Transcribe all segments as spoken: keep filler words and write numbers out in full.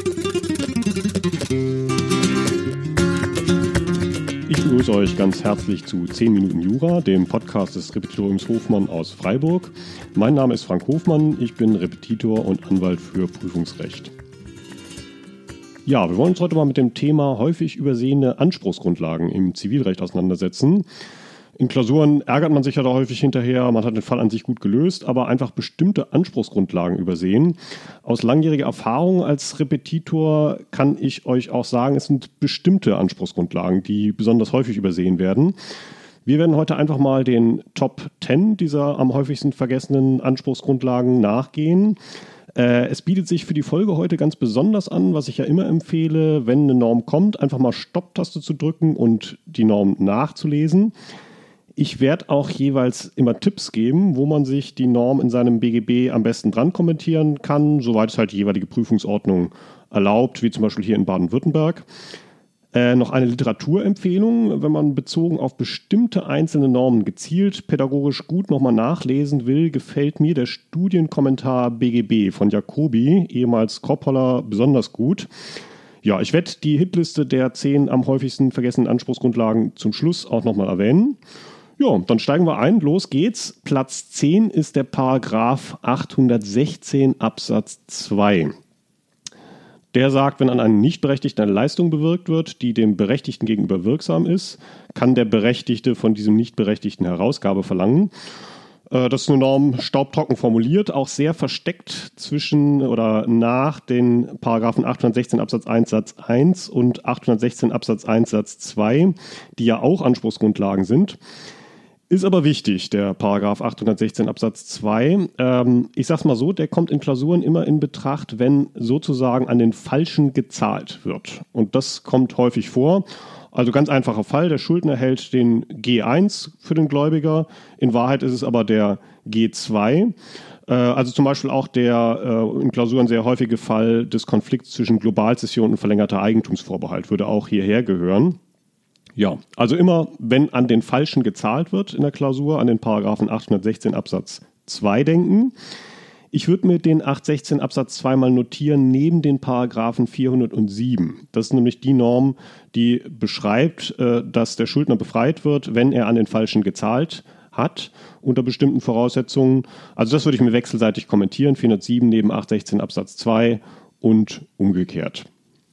Ich begrüße euch ganz herzlich zu zehn Minuten Jura, dem Podcast des Repetitoriums Hofmann aus Freiburg. Mein Name ist Frank Hofmann, ich bin Repetitor und Anwalt für Prüfungsrecht. Ja, wir wollen uns heute mal mit dem Thema häufig übersehene Anspruchsgrundlagen im Zivilrecht auseinandersetzen. In Klausuren ärgert man sich ja da häufig hinterher, man hat den Fall an sich gut gelöst, aber einfach bestimmte Anspruchsgrundlagen übersehen. Aus langjähriger Erfahrung als Repetitor kann ich euch auch sagen, es sind bestimmte Anspruchsgrundlagen, die besonders häufig übersehen werden. Wir werden heute einfach mal den Top zehn dieser am häufigsten vergessenen Anspruchsgrundlagen nachgehen. Äh, es bietet sich für die Folge heute ganz besonders an, was ich ja immer empfehle, wenn eine Norm kommt, einfach mal Stopp-Taste zu drücken und die Norm nachzulesen. Ich werde auch jeweils immer Tipps geben, wo man sich die Norm in seinem B G B am besten dran kommentieren kann, soweit es halt die jeweilige Prüfungsordnung erlaubt, wie zum Beispiel hier in Baden-Württemberg. Äh, noch eine Literaturempfehlung, wenn man bezogen auf bestimmte einzelne Normen gezielt pädagogisch gut nochmal nachlesen will, gefällt mir der Studienkommentar B G B von Jacobi, ehemals Kropholler, besonders gut. Ja, ich werde die Hitliste der zehn am häufigsten vergessenen Anspruchsgrundlagen zum Schluss auch nochmal erwähnen. Ja, dann steigen wir ein, los geht's. Platz zehn ist der Paragraph achthundertsechzehn Absatz zwei. Der sagt, wenn an einem Nichtberechtigten eine Leistung bewirkt wird, die dem Berechtigten gegenüber wirksam ist, kann der Berechtigte von diesem Nichtberechtigten Herausgabe verlangen. Das ist eine Norm staubtrocken formuliert, auch sehr versteckt zwischen oder nach den Paragraphen achthundertsechzehn Absatz eins Satz eins und achthundertsechzehn Absatz eins Satz zwei, die ja auch Anspruchsgrundlagen sind. Ist aber wichtig, der Paragraph achthundertsechzehn Absatz zwei. Ähm, ich sag's mal so, der kommt in Klausuren immer in Betracht, wenn sozusagen an den Falschen gezahlt wird. Und das kommt häufig vor. Also ganz einfacher Fall, der Schuldner hält den G eins für den Gläubiger, in Wahrheit ist es aber der G zwei. Äh, also zum Beispiel auch der äh, in Klausuren sehr häufige Fall des Konflikts zwischen Globalzession und verlängerter Eigentumsvorbehalt würde auch hierher gehören. Ja, also immer, wenn an den Falschen gezahlt wird in der Klausur, an den Paragraphen achthundertsechzehn Absatz zwei denken. Ich würde mir den achthundertsechzehn Absatz zwei mal notieren neben den Paragraphen vierhundertsieben. Das ist nämlich die Norm, die beschreibt, dass der Schuldner befreit wird, wenn er an den Falschen gezahlt hat, unter bestimmten Voraussetzungen. Also das würde ich mir wechselseitig kommentieren, vierhundertsieben neben achthundertsechzehn Absatz zwei und umgekehrt.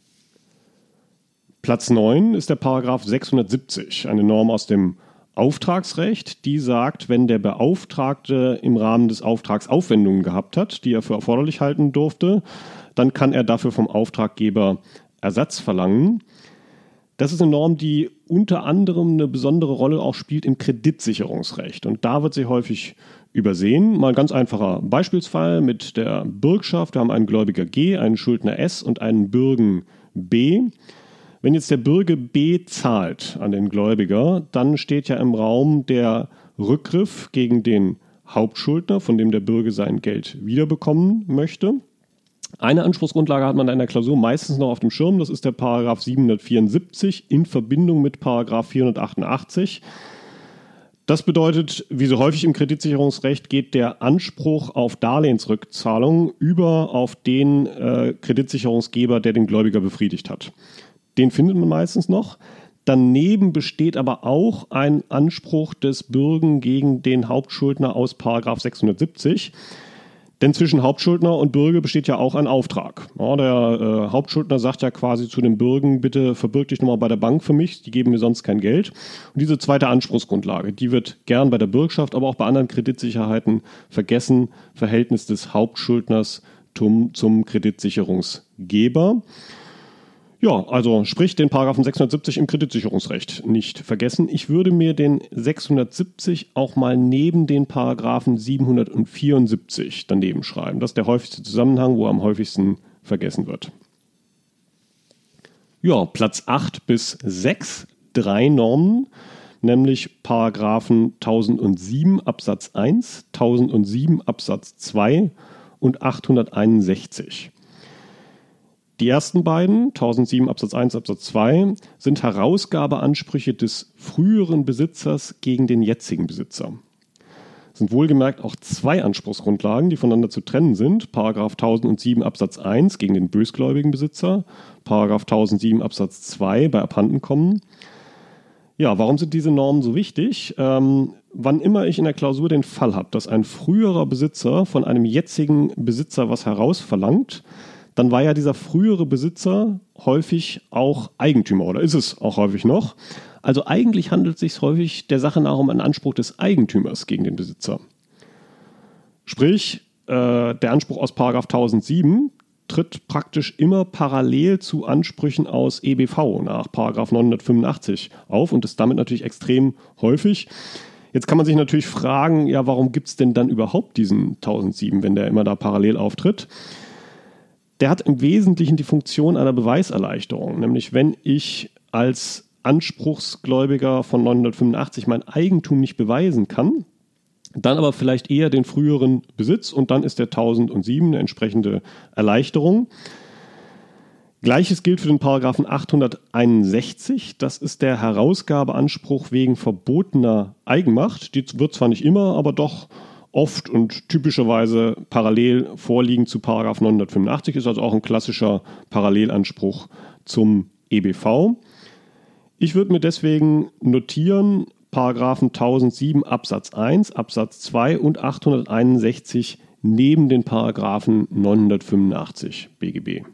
Platz neun ist der Paragraph sechshundertsiebzig, eine Norm aus dem Auftragsrecht, die sagt, wenn der Beauftragte im Rahmen des Auftrags Aufwendungen gehabt hat, die er für erforderlich halten durfte, dann kann er dafür vom Auftraggeber Ersatz verlangen. Das ist eine Norm, die unter anderem eine besondere Rolle auch spielt im Kreditsicherungsrecht. Und da wird sie häufig übersehen. Mal ein ganz einfacher Beispielsfall mit der Bürgschaft. Wir haben einen Gläubiger G, einen Schuldner S und einen Bürgen B. Wenn jetzt der Bürge B zahlt an den Gläubiger, dann steht ja im Raum der Rückgriff gegen den Hauptschuldner, von dem der Bürge sein Geld wiederbekommen möchte. Eine Anspruchsgrundlage hat man in der Klausur meistens noch auf dem Schirm, das ist der Paragraph siebenhundertvierundsiebzig in Verbindung mit Paragraph vierhundertachtundachtzig. Das bedeutet, wie so häufig im Kreditsicherungsrecht geht der Anspruch auf Darlehensrückzahlung über auf den äh, Kreditsicherungsgeber, der den Gläubiger befriedigt hat. Den findet man meistens noch. Daneben besteht aber auch ein Anspruch des Bürgen gegen den Hauptschuldner aus Paragraph sechshundertsiebzig. Denn zwischen Hauptschuldner und Bürge besteht ja auch ein Auftrag. Ja, der äh, Hauptschuldner sagt ja quasi zu dem Bürgen, bitte verbirg dich nochmal bei der Bank für mich, die geben mir sonst kein Geld. Und diese zweite Anspruchsgrundlage, die wird gern bei der Bürgschaft, aber auch bei anderen Kreditsicherheiten vergessen. Verhältnis des Hauptschuldners zum, zum Kreditsicherungsgeber. Ja, also sprich den Paragraphen sechshundertsiebzig im Kreditsicherungsrecht nicht vergessen. Ich würde mir den sechshundertsiebzig auch mal neben den Paragraphen siebenhundertvierundsiebzig daneben schreiben. Das ist der häufigste Zusammenhang, wo am häufigsten vergessen wird. Ja, Platz acht bis sechs, drei Normen, nämlich Paragraphen tausendsieben Absatz eins, tausendsieben Absatz zwei und achthunderteinundsechzig. Die ersten beiden, tausendsieben Absatz eins Absatz zwei, sind Herausgabeansprüche des früheren Besitzers gegen den jetzigen Besitzer. sind wohlgemerkt auch zwei Anspruchsgrundlagen, die voneinander zu trennen sind. Paragraph tausendsieben Absatz eins gegen den bösgläubigen Besitzer, Paragraph tausendsieben Absatz zwei bei Abhandenkommen. Ja, warum sind diese Normen so wichtig? Ähm, wann immer ich in der Klausur den Fall habe, dass ein früherer Besitzer von einem jetzigen Besitzer was herausverlangt, dann war ja dieser frühere Besitzer häufig auch Eigentümer oder ist es auch häufig noch. Also eigentlich handelt es sich häufig der Sache nach um einen Anspruch des Eigentümers gegen den Besitzer. Sprich, äh, der Anspruch aus Paragraph tausendsieben tritt praktisch immer parallel zu Ansprüchen aus E B V nach Paragraph neunhundertfünfundachtzig auf und ist damit natürlich extrem häufig. Jetzt kann man sich natürlich fragen, ja, warum gibt es denn dann überhaupt diesen tausendsieben, wenn der immer da parallel auftritt? Der hat im Wesentlichen die Funktion einer Beweiserleichterung, nämlich wenn ich als Anspruchsgläubiger von neunhundertfünfundachtzig mein Eigentum nicht beweisen kann, dann aber vielleicht eher den früheren Besitz und dann ist der tausendsieben eine entsprechende Erleichterung. Gleiches gilt für den Paragraphen achthunderteinundsechzig. Das ist der Herausgabeanspruch wegen verbotener Eigenmacht. Die wird zwar nicht immer, aber doch oft und typischerweise parallel vorliegen zu Paragraph neunhundertfünfundachtzig, ist also auch ein klassischer Parallelanspruch zum E B V. Ich würde mir deswegen notieren, Paragraphen tausendsieben Absatz eins, Absatz zwei und achthunderteinundsechzig neben den Paragraphen neunhundertfünfundachtzig B G B.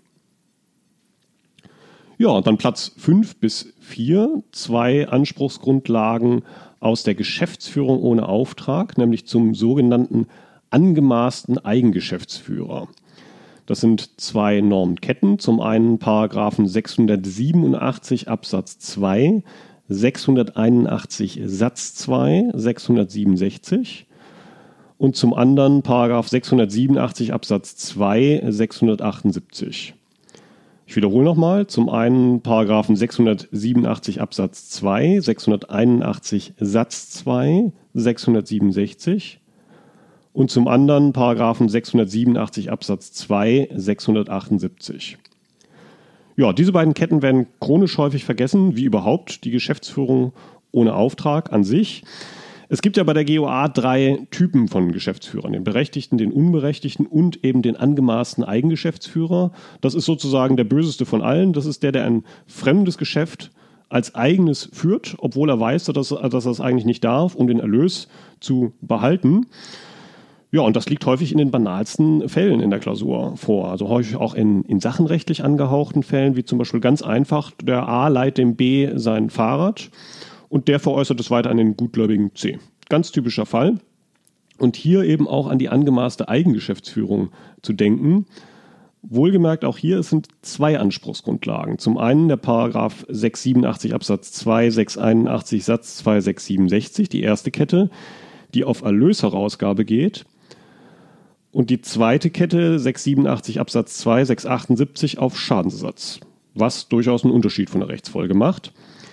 Ja, und dann Platz fünf bis vier, zwei Anspruchsgrundlagen aus der Geschäftsführung ohne Auftrag, nämlich zum sogenannten angemaßten Eigengeschäftsführer. Das sind zwei Normenketten, zum einen Paragraphen sechshundertsiebenundachtzig Absatz zwei, sechshunderteinundachtzig Satz zwei, sechshundertsiebenundsechzig und zum anderen Paragraph sechshundertsiebenundachtzig Absatz zwei, sechshundertachtundsiebzig. Ich wiederhole nochmal, zum einen Paragraphen sechshundertsiebenundachtzig Absatz zwei, sechshunderteinundachtzig Satz zwei, sechshundertsiebenundsechzig und zum anderen Paragraphen sechshundertsiebenundachtzig Absatz zwei, sechshundertachtundsiebzig. Ja, diese beiden Ketten werden chronisch häufig vergessen, wie überhaupt die Geschäftsführung ohne Auftrag an sich. Es gibt ja bei der G O A drei Typen von Geschäftsführern, den Berechtigten, den Unberechtigten und eben den angemaßten Eigengeschäftsführer. Das ist sozusagen der böseste von allen. Das ist der, der ein fremdes Geschäft als eigenes führt, obwohl er weiß, dass, dass er das eigentlich nicht darf, um den Erlös zu behalten. Ja, und das liegt häufig in den banalsten Fällen in der Klausur vor. Also häufig auch in, in sachenrechtlich angehauchten Fällen, wie zum Beispiel ganz einfach, der A leiht dem B sein Fahrrad und der veräußert es weiter an den gutgläubigen C. Ganz typischer Fall. Und hier eben auch an die angemaßte Eigengeschäftsführung zu denken. Wohlgemerkt auch hier, es sind zwei Anspruchsgrundlagen. Zum einen der Paragraph sechshundertsiebenundachtzig Absatz zwei, sechshunderteinundachtzig Satz zwei, sechshundertsiebenundsechzig, die erste Kette, die auf Erlösherausgabe geht. Und die zweite Kette, sechshundertsiebenundachtzig Absatz zwei, sechshundertachtundsiebzig auf Schadensersatz, was durchaus einen Unterschied von der Rechtsfolge macht.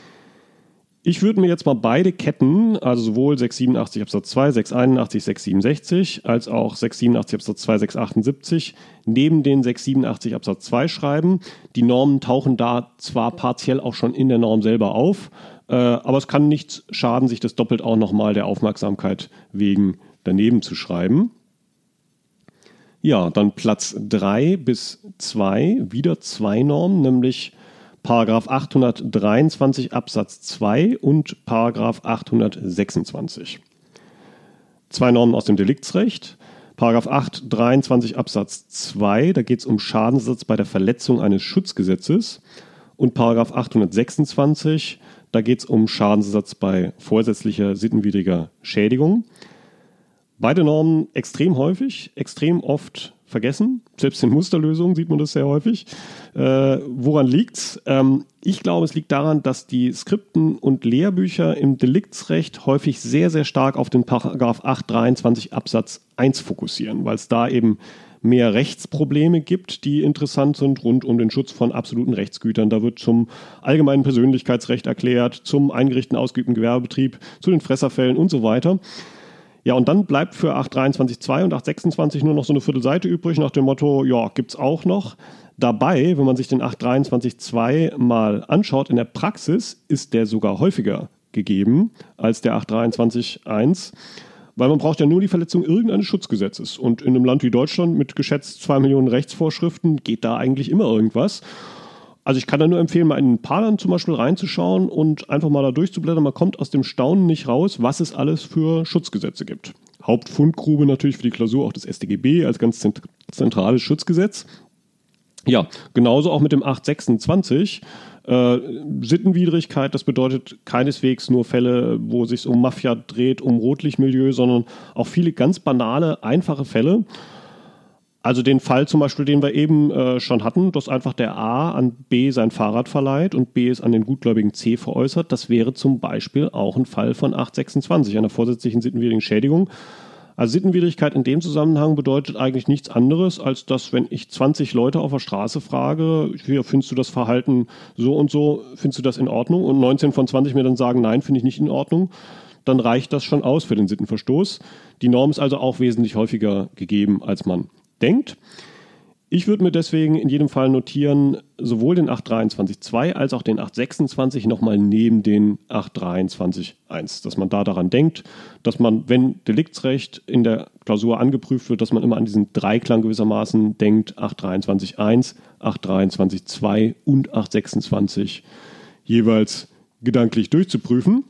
Ich würde mir jetzt mal beide Ketten, also sowohl sechshundertsiebenundachtzig Absatz zwei, sechshunderteinundachtzig, sechshundertsiebenundsechzig, als auch sechshundertsiebenundachtzig Absatz zwei, sechshundertachtundsiebzig, neben den sechshundertsiebenundachtzig Absatz zwei schreiben. Die Normen tauchen da zwar partiell auch schon in der Norm selber auf, äh, aber es kann nichts schaden, sich das doppelt auch nochmal der Aufmerksamkeit wegen daneben zu schreiben. Ja, dann Platz drei bis zwei, wieder zwei Normen, nämlich Paragraph achthundertdreiundzwanzig Absatz zwei und Paragraph achthundertsechsundzwanzig. Zwei Normen aus dem Deliktsrecht. Paragraph achthundertdreiundzwanzig Absatz zwei, da geht es um Schadensersatz bei der Verletzung eines Schutzgesetzes. Und Paragraph achthundertsechsundzwanzig, da geht es um Schadensersatz bei vorsätzlicher sittenwidriger Schädigung. Beide Normen extrem häufig, extrem oft vergessen. Selbst in Musterlösungen sieht man das sehr häufig. Äh, woran liegt's? Ähm, ich glaube, es liegt daran, dass die Skripten und Lehrbücher im Deliktsrecht häufig sehr, sehr stark auf den Paragraph achthundertdreiundzwanzig Absatz eins fokussieren, weil es da eben mehr Rechtsprobleme gibt, die interessant sind rund um den Schutz von absoluten Rechtsgütern. Da wird zum allgemeinen Persönlichkeitsrecht erklärt, zum eingerichteten ausgeübten Gewerbebetrieb, zu den Fresserfällen und so weiter. Ja, und dann bleibt für achthundertdreiundzwanzig Absatz zwei und achthundertsechsundzwanzig nur noch so eine Viertelseite übrig, nach dem Motto, ja, gibt's auch noch. Dabei, wenn man sich den achthundertdreiundzwanzig Absatz zwei mal anschaut, in der Praxis ist der sogar häufiger gegeben als der achthundertdreiundzwanzig Absatz eins, Weil man braucht ja nur die Verletzung irgendeines Schutzgesetzes. Und in einem Land wie Deutschland mit geschätzt zwei Millionen Rechtsvorschriften geht da eigentlich immer irgendwas. Also ich kann da nur empfehlen, mal in ein paar Land zum Beispiel reinzuschauen und einfach mal da durchzublättern. Man kommt aus dem Staunen nicht raus, was es alles für Schutzgesetze gibt. Hauptfundgrube natürlich für die Klausur auch das S t G B als ganz zent- zentrales Schutzgesetz. Ja, genauso auch mit dem acht sechsundzwanzig. Äh, Sittenwidrigkeit, das bedeutet keineswegs nur Fälle, wo es sich um Mafia dreht, um Rotlichtmilieu, sondern auch viele ganz banale, einfache Fälle. Also den Fall zum Beispiel, den wir eben äh, schon hatten, dass einfach der A an B sein Fahrrad verleiht und B es an den gutgläubigen C veräußert, das wäre zum Beispiel auch ein Fall von acht sechsundzwanzig, einer vorsätzlichen sittenwidrigen Schädigung. Also Sittenwidrigkeit in dem Zusammenhang bedeutet eigentlich nichts anderes, als dass, wenn ich zwanzig Leute auf der Straße frage, hier, findest du das Verhalten so und so, findest du das in Ordnung? Und neunzehn von zwanzig mir dann sagen, nein, finde ich nicht in Ordnung, dann reicht das schon aus für den Sittenverstoß. Die Norm ist also auch wesentlich häufiger gegeben, als man denkt. Ich würde mir deswegen in jedem Fall notieren, sowohl den acht dreiundzwanzig Punkt zwei als auch den acht sechsundzwanzig nochmal neben den acht dreiundzwanzig Punkt eins, dass man da daran denkt, dass man, wenn Deliktsrecht in der Klausur angeprüft wird, dass man immer an diesen Dreiklang gewissermaßen denkt, acht dreiundzwanzig Punkt eins, acht dreiundzwanzig Punkt zwei und acht sechsundzwanzig jeweils gedanklich durchzuprüfen.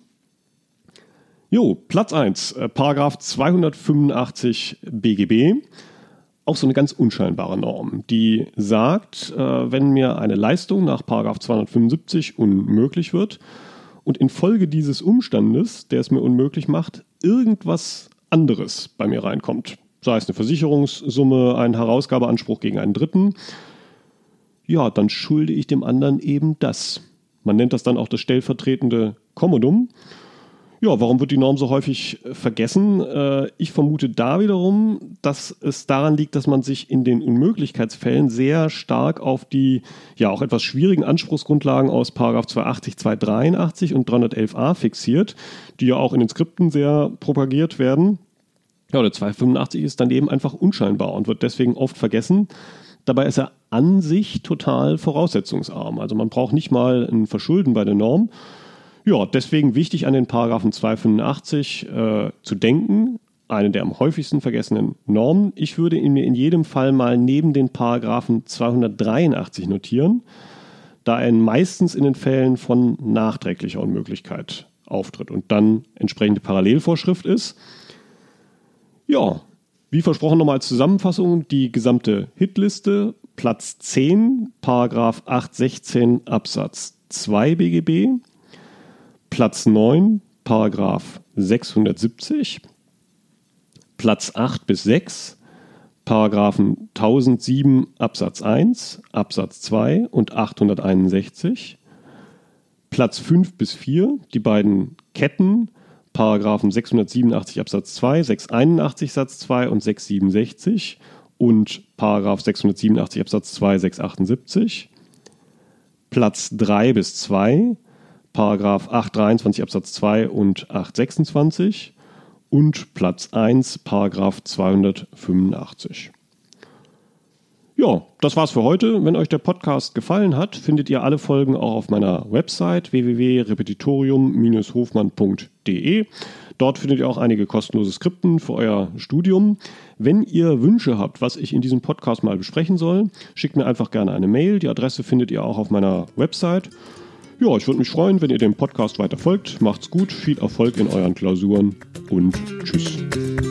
Jo, Platz eins, äh, Paragraph zweihundertfünfundachtzig B G B. Auch so eine ganz unscheinbare Norm, die sagt, äh, wenn mir eine Leistung nach Paragraph zweihundertfünfundsiebzig unmöglich wird und infolge dieses Umstandes, der es mir unmöglich macht, irgendwas anderes bei mir reinkommt, sei es eine Versicherungssumme, ein Herausgabeanspruch gegen einen Dritten, ja, dann schulde ich dem anderen eben das. Man nennt das dann auch das stellvertretende Kommodum. Ja, warum wird die Norm so häufig vergessen? Ich vermute da wiederum, dass es daran liegt, dass man sich in den Unmöglichkeitsfällen sehr stark auf die ja auch etwas schwierigen Anspruchsgrundlagen aus Paragraph zweihundertachtzig, zweihundertdreiundachtzig und dreihundertelf a fixiert, die ja auch in den Skripten sehr propagiert werden. Ja, der zweihundertfünfundachtzig ist daneben einfach unscheinbar und wird deswegen oft vergessen. Dabei ist er an sich total voraussetzungsarm. Also man braucht nicht mal ein Verschulden bei der Norm. Ja, deswegen wichtig an den Paragraphen zweihundertfünfundachtzig äh, zu denken, eine der am häufigsten vergessenen Normen. Ich würde ihn mir in jedem Fall mal neben den Paragraphen zweihundertdreiundachtzig notieren, da er meistens in den Fällen von nachträglicher Unmöglichkeit auftritt und dann entsprechende Parallelvorschrift ist. Ja, wie versprochen nochmal als Zusammenfassung die gesamte Hitliste, Platz zehn, Paragraph achthundertsechzehn Absatz zwei B G B, Platz neun, Paragraph sechshundertsiebzig, Platz acht bis sechs, Paragraphen tausendsieben Absatz eins, Absatz zwei und achthunderteinundsechzig, Platz fünf bis vier, die beiden Ketten, Paragraphen sechshundertsiebenundachtzig Absatz zwei, sechshunderteinundachtzig Satz zwei und sechshundertsiebenundsechzig und Paragraph sechshundertsiebenundachtzig Absatz zwei, sechshundertachtundsiebzig, Platz drei bis zwei, Paragraph achthundertdreiundzwanzig Absatz zwei und achthundertsechsundzwanzig und Platz eins, Paragraph zweihundertfünfundachtzig. Ja, das war's für heute. Wenn euch der Podcast gefallen hat, findet ihr alle Folgen auch auf meiner Website w w w punkt repetitorium Bindestrich hofmann punkt d e. Dort findet ihr auch einige kostenlose Skripten für euer Studium. Wenn ihr Wünsche habt, was ich in diesem Podcast mal besprechen soll, schickt mir einfach gerne eine Mail. Die Adresse findet ihr auch auf meiner Website. Ja, ich würde mich freuen, wenn ihr dem Podcast weiter folgt. Macht's gut, viel Erfolg in euren Klausuren und tschüss.